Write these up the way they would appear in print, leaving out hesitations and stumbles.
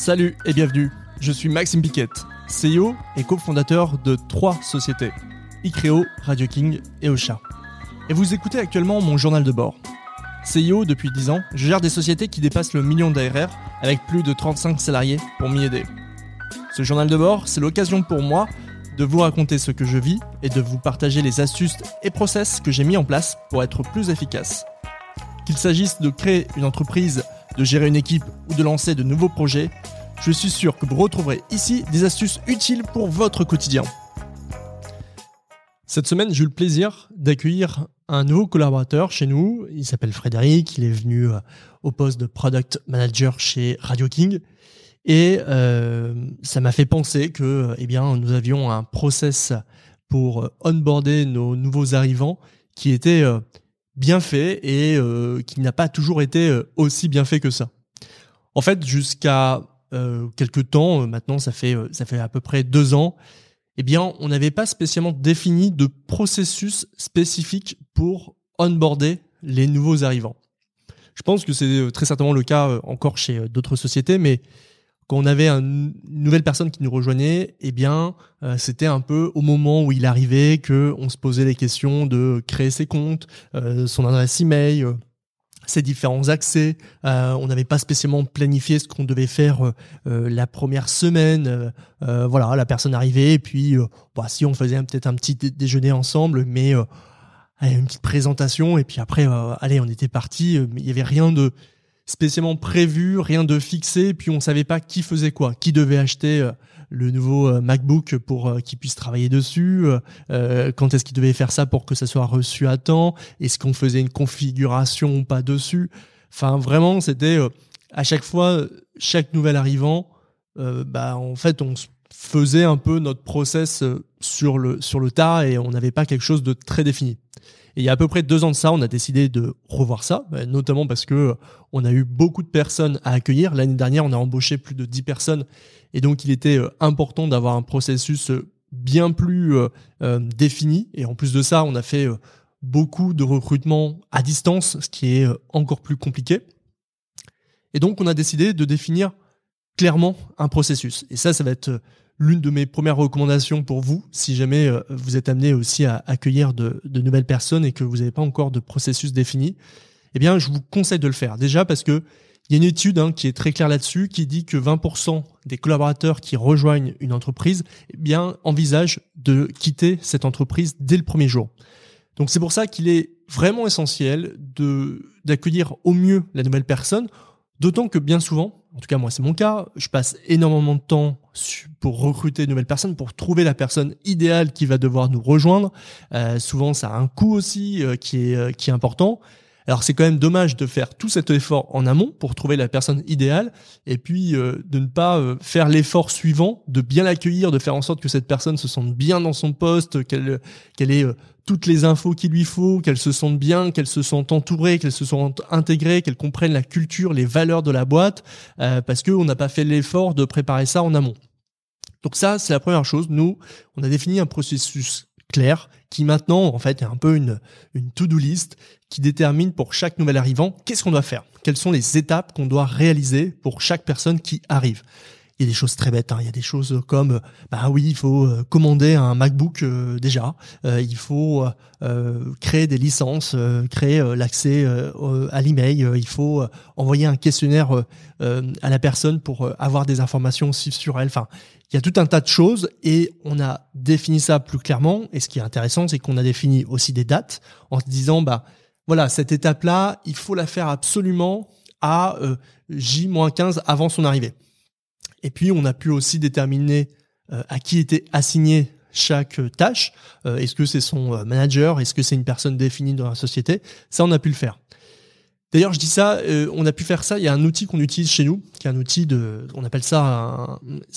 Salut et bienvenue, je suis Maxime Piquette, CEO et cofondateur de 3 sociétés, Icreo, Radio King et Ocha. Et vous écoutez actuellement mon journal de bord. CEO depuis 10 ans, je gère des sociétés qui dépassent le million d'ARR avec plus de 35 salariés pour m'y aider. Ce journal de bord, c'est l'occasion pour moi de vous raconter ce que je vis et de vous partager les astuces et process que j'ai mis en place pour être plus efficace. Qu'il s'agisse de créer une entreprise, de gérer une équipe ou de lancer de nouveaux projets, je suis sûr que vous retrouverez ici des astuces utiles pour votre quotidien. Cette semaine, j'ai eu le plaisir d'accueillir un nouveau collaborateur chez nous. Il s'appelle Frédéric, il est venu au poste de Product Manager chez Radio King. Et ça m'a fait penser que nous avions un process pour onboarder nos nouveaux arrivants qui était bien fait et qui n'a pas toujours été aussi bien fait que ça. En fait, jusqu'à quelques temps, maintenant ça fait à peu près 2 ans, on n'avait pas spécialement défini de processus spécifique pour onboarder les nouveaux arrivants. Je pense que c'est très certainement le cas encore chez d'autres sociétés, mais quand on avait une nouvelle personne qui nous rejoignait, c'était un peu au moment où il arrivait que on se posait les questions de créer ses comptes, son adresse email, ses différents accès. On n'avait pas spécialement planifié ce qu'on devait faire la première semaine. La personne arrivait et puis si on faisait peut-être un petit déjeuner ensemble, mais une petite présentation et puis après on était parti. Il y avait rien de spécialement prévu, rien de fixé, puis on savait pas qui faisait quoi, qui devait acheter le nouveau MacBook pour qu'il puisse travailler dessus, quand est-ce qu'il devait faire ça pour que ça soit reçu à temps, est-ce qu'on faisait une configuration ou pas dessus. Enfin vraiment, c'était à chaque fois, chaque nouvel arrivant, on faisait un peu notre process sur le tas et on n'avait pas quelque chose de très défini. Et il y a à peu près 2 ans de ça, on a décidé de revoir ça, notamment parce que on a eu beaucoup de personnes à accueillir. L'année dernière, on a embauché plus de 10 personnes et donc il était important d'avoir un processus bien plus défini. Et en plus de ça, on a fait beaucoup de recrutement à distance, ce qui est encore plus compliqué. Et donc, on a décidé de définir clairement un processus. Et ça va être l'une de mes premières recommandations pour vous, si jamais vous êtes amené aussi à accueillir de nouvelles personnes et que vous n'avez pas encore de processus défini, je vous conseille de le faire. Déjà parce que il y a une étude qui est très claire là-dessus, qui dit que 20% des collaborateurs qui rejoignent une entreprise envisagent de quitter cette entreprise dès le premier jour. Donc c'est pour ça qu'il est vraiment essentiel d'accueillir au mieux la nouvelle personne, d'autant que bien souvent, en tout cas moi c'est mon cas, je passe énormément de temps pour recruter de nouvelles personnes, pour trouver la personne idéale qui va devoir nous rejoindre. Souvent ça a un coût aussi qui est important. Alors c'est quand même dommage de faire tout cet effort en amont pour trouver la personne idéale et puis de ne pas faire l'effort suivant, de bien l'accueillir, de faire en sorte que cette personne se sente bien dans son poste, qu'elle ait toutes les infos qu'il lui faut, qu'elle se sente bien, qu'elle se sente entourée, qu'elle se sente intégrée, qu'elle comprenne la culture, les valeurs de la boîte, parce qu'on n'a pas fait l'effort de préparer ça en amont. Donc ça, c'est la première chose. Nous, on a défini un processus clair qui maintenant, en fait, est un peu une to-do list qui détermine pour chaque nouvel arrivant qu'est-ce qu'on doit faire, quelles sont les étapes qu'on doit réaliser pour chaque personne qui arrive. Il y a des choses très bêtes, il y a des choses comme il faut commander un MacBook déjà, il faut créer des licences, créer l'accès à l'email, il faut envoyer un questionnaire à la personne pour avoir des informations aussi sur elle. Enfin, il y a tout un tas de choses et on a défini ça plus clairement. Et ce qui est intéressant, c'est qu'on a défini aussi des dates en se disant cette étape-là, il faut la faire absolument à J-15 avant son arrivée. Et puis, on a pu aussi déterminer à qui était assignée chaque tâche. Est-ce que c'est son manager? Est-ce que c'est une personne définie dans la société? Ça, on a pu le faire. D'ailleurs, je dis ça, on a pu faire ça. Il y a un outil qu'on utilise chez nous, qui est un outil on appelle ça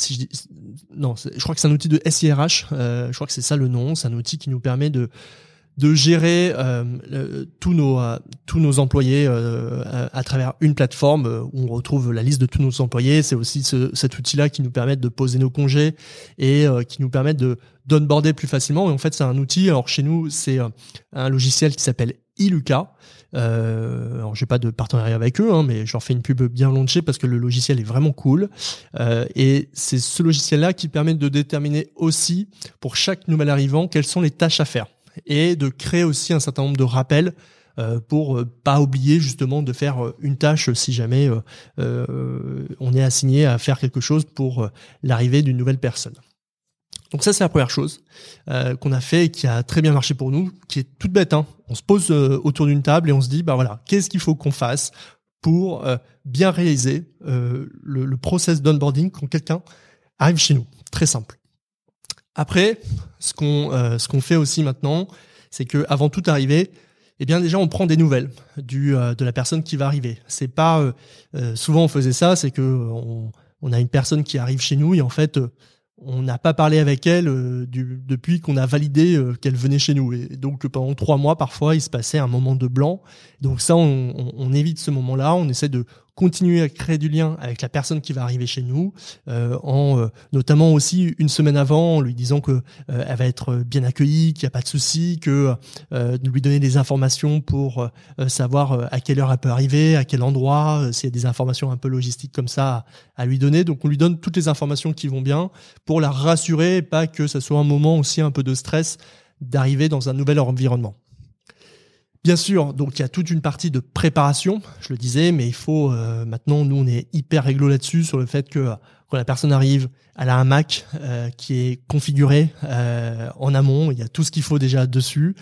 je crois que c'est un outil de SIRH. Je crois que c'est ça le nom. C'est un outil qui nous permet de gérer tous nos employés à travers une plateforme où on retrouve la liste de tous nos employés. C'est aussi cet outil-là qui nous permet de poser nos congés et qui nous permet d'onboarder plus facilement. Et en fait, c'est un outil. Alors chez nous, c'est un logiciel qui s'appelle Iluka. Alors j'ai pas de partenariat avec eux, mais je leur fais une pub bien launchée parce que le logiciel est vraiment cool. Et c'est ce logiciel-là qui permet de déterminer aussi pour chaque nouvel arrivant quelles sont les tâches à faire et de créer aussi un certain nombre de rappels pour pas oublier justement de faire une tâche si jamais on est assigné à faire quelque chose pour l'arrivée d'une nouvelle personne. Donc ça, c'est la première chose qu'on a fait et qui a très bien marché pour nous, qui est toute bête. On se pose autour d'une table et on se dit, voilà, qu'est-ce qu'il faut qu'on fasse pour bien réaliser le process d'onboarding quand quelqu'un arrive chez nous. Très simple. Après, ce qu'on fait aussi maintenant, c'est que avant toute arrivée, eh bien déjà on prend des nouvelles de la personne qui va arriver. C'est pas souvent on faisait ça, c'est que on a une personne qui arrive chez nous et en fait on n'a pas parlé avec elle depuis qu'on a validé qu'elle venait chez nous. Et donc pendant 3 mois parfois il se passait un moment de blanc. Donc ça on évite ce moment-là. On essaie de continuer à créer du lien avec la personne qui va arriver chez nous, notamment aussi une semaine avant, en lui disant que elle va être bien accueillie, qu'il n'y a pas de souci, que de lui donner des informations pour savoir à quelle heure elle peut arriver, à quel endroit, s'il y a des informations un peu logistiques comme ça à lui donner. Donc on lui donne toutes les informations qui vont bien pour la rassurer, et pas que ça soit un moment aussi un peu de stress d'arriver dans un nouvel environnement. Bien sûr, donc il y a toute une partie de préparation, je le disais, mais il faut maintenant, nous on est hyper réglo là-dessus sur le fait que quand la personne arrive, elle a un Mac qui est configuré en amont, il y a tout ce qu'il faut déjà dessus.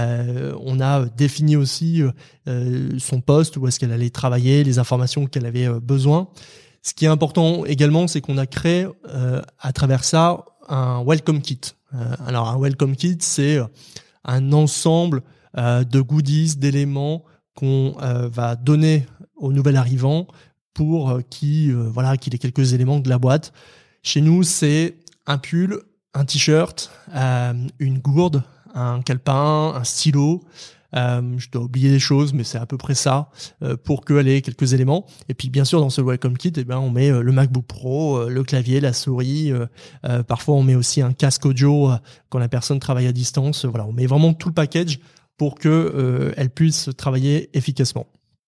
On a défini aussi son poste, où est-ce qu'elle allait travailler, les informations qu'elle avait besoin. Ce qui est important également, c'est qu'on a créé à travers ça un welcome kit. Alors un welcome kit, c'est un ensemble de goodies, d'éléments qu'on va donner au nouvel arrivant pour qu'il ait quelques éléments de la boîte. Chez nous, c'est un pull, un t-shirt, une gourde, un calepin, un stylo. Je dois oublier des choses, mais c'est à peu près ça pour qu'elle ait quelques éléments. Et puis bien sûr, dans ce welcome kit, on met le MacBook Pro, le clavier, la souris. Parfois, on met aussi un casque audio quand la personne travaille à distance. Voilà, on met vraiment tout le package pour que elle puisse travailler efficacement.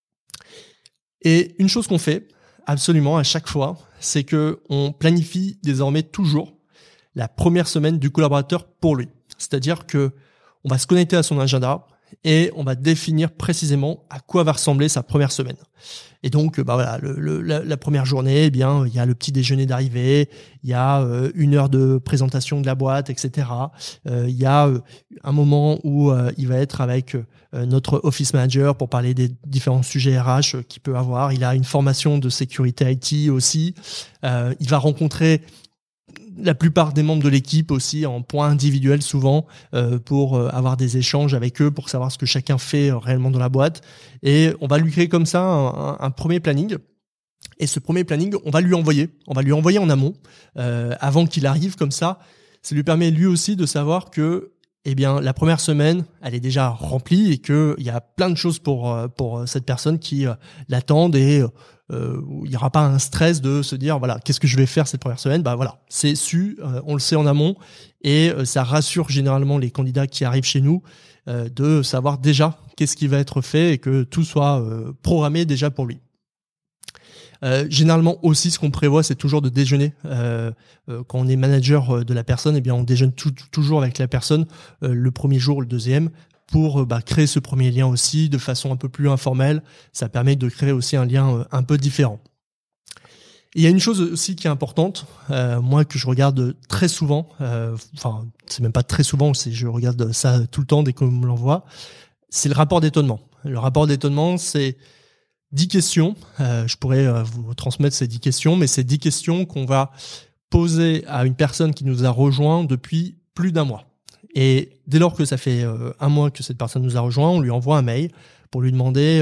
Et une chose qu'on fait absolument à chaque fois, c'est que on planifie désormais toujours la première semaine du collaborateur pour lui. C'est-à-dire que on va se connecter à son agenda et on va définir précisément à quoi va ressembler sa première semaine. Et donc, la première journée, il y a le petit déjeuner d'arrivée, il y a 1 heure de présentation de la boîte, etc. Il y a un moment où il va être avec notre office manager pour parler des différents sujets RH qu'il peut avoir. Il a une formation de sécurité IT aussi. Il va rencontrer la plupart des membres de l'équipe aussi en point individuel souvent pour avoir des échanges avec eux pour savoir ce que chacun fait réellement dans la boîte. Et on va lui créer comme ça un premier planning. Et ce premier planning, on va lui envoyer en amont avant qu'il arrive comme ça. Ça lui permet lui aussi de savoir que la première semaine, elle est déjà remplie et qu'il y a plein de choses pour cette personne qui l'attendent et il n'y aura pas un stress de se dire voilà, qu'est-ce que je vais faire cette première semaine. C'est su, on le sait en amont et ça rassure généralement les candidats qui arrivent chez nous de savoir déjà qu'est-ce qui va être fait et que tout soit programmé déjà pour lui. Généralement aussi, ce qu'on prévoit, c'est toujours de déjeuner. Quand on est manager de la personne, on déjeune toujours avec la personne le premier jour, le deuxième, pour créer ce premier lien aussi de façon un peu plus informelle. Ça permet de créer aussi un lien un peu différent. Il y a une chose aussi qui est importante, moi que je regarde très souvent, c'est même pas très souvent, je regarde ça tout le temps dès qu'on me l'envoie, c'est le rapport d'étonnement. Le rapport d'étonnement, c'est 10 questions, je pourrais vous transmettre ces 10 questions, mais c'est 10 questions qu'on va poser à une personne qui nous a rejoint depuis plus d'1 mois. Et dès lors que ça fait 1 mois que cette personne nous a rejoint, on lui envoie un mail pour lui demander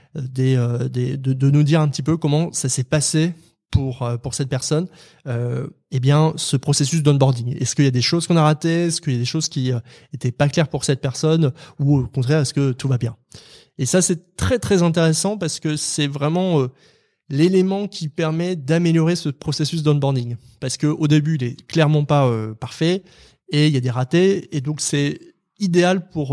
de nous dire un petit peu comment ça s'est passé pour cette personne, ce processus d'onboarding. Est-ce qu'il y a des choses qu'on a ratées? Est-ce qu'il y a des choses qui étaient pas claires pour cette personne? Ou au contraire, est-ce que tout va bien? Et ça, c'est très, très intéressant parce que c'est vraiment l'élément qui permet d'améliorer ce processus d'onboarding. Parce qu'au début, il est clairement pas parfait et il y a des ratés. Et donc, c'est idéal pour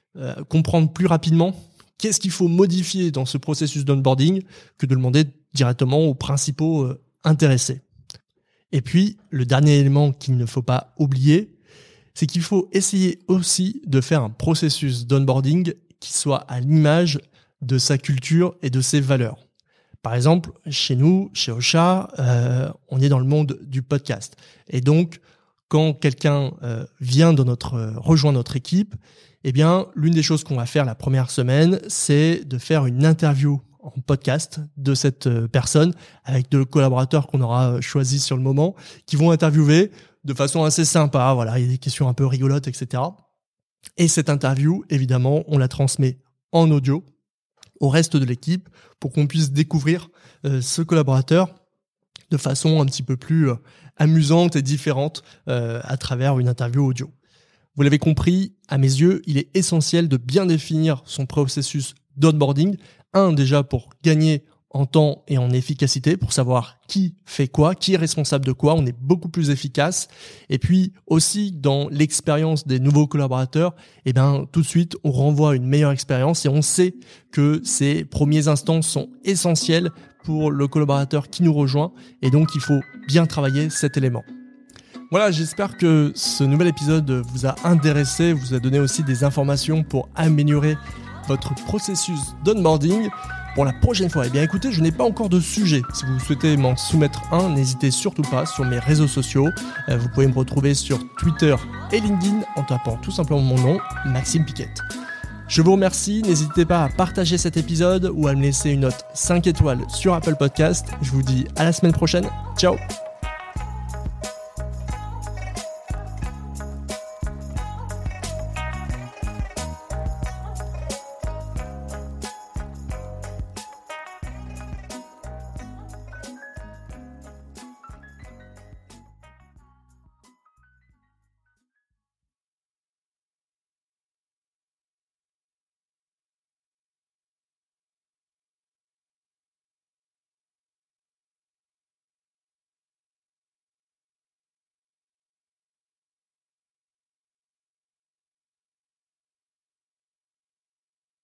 comprendre plus rapidement qu'est-ce qu'il faut modifier dans ce processus d'onboarding que de demander directement aux principaux intéressés. Et puis, le dernier élément qu'il ne faut pas oublier, c'est qu'il faut essayer aussi de faire un processus d'onboarding qui soit à l'image de sa culture et de ses valeurs. Par exemple, chez nous, chez Ocha, on est dans le monde du podcast. Et donc, quand quelqu'un vient rejoindre notre équipe, eh bien, l'une des choses qu'on va faire la première semaine, c'est de faire une interview en podcast de cette personne avec deux collaborateurs qu'on aura choisis sur le moment, qui vont interviewer de façon assez sympa. Voilà, il y a des questions un peu rigolotes, etc. Et cette interview, évidemment, on la transmet en audio au reste de l'équipe pour qu'on puisse découvrir ce collaborateur de façon un petit peu plus amusante et différente à travers une interview audio. Vous l'avez compris, à mes yeux, il est essentiel de bien définir son processus d'onboarding. Déjà pour gagner en temps et en efficacité, pour savoir qui fait quoi, qui est responsable de quoi, on est beaucoup plus efficace. Et puis aussi dans l'expérience des nouveaux collaborateurs, tout de suite on renvoie une meilleure expérience et on sait que ces premiers instants sont essentiels pour le collaborateur qui nous rejoint et donc il faut bien travailler cet élément. Voilà, j'espère que ce nouvel épisode vous a intéressé, vous a donné aussi des informations pour améliorer votre processus d'onboarding. Pour la prochaine fois, écoutez, je n'ai pas encore de sujet. Si vous souhaitez m'en soumettre un, n'hésitez surtout pas sur mes réseaux sociaux. Vous pouvez me retrouver sur Twitter et LinkedIn en tapant tout simplement mon nom, Maxime Piquette. Je vous remercie, n'hésitez pas à partager cet épisode ou à me laisser une note 5 étoiles sur Apple Podcast. Je vous dis à la semaine prochaine. Ciao!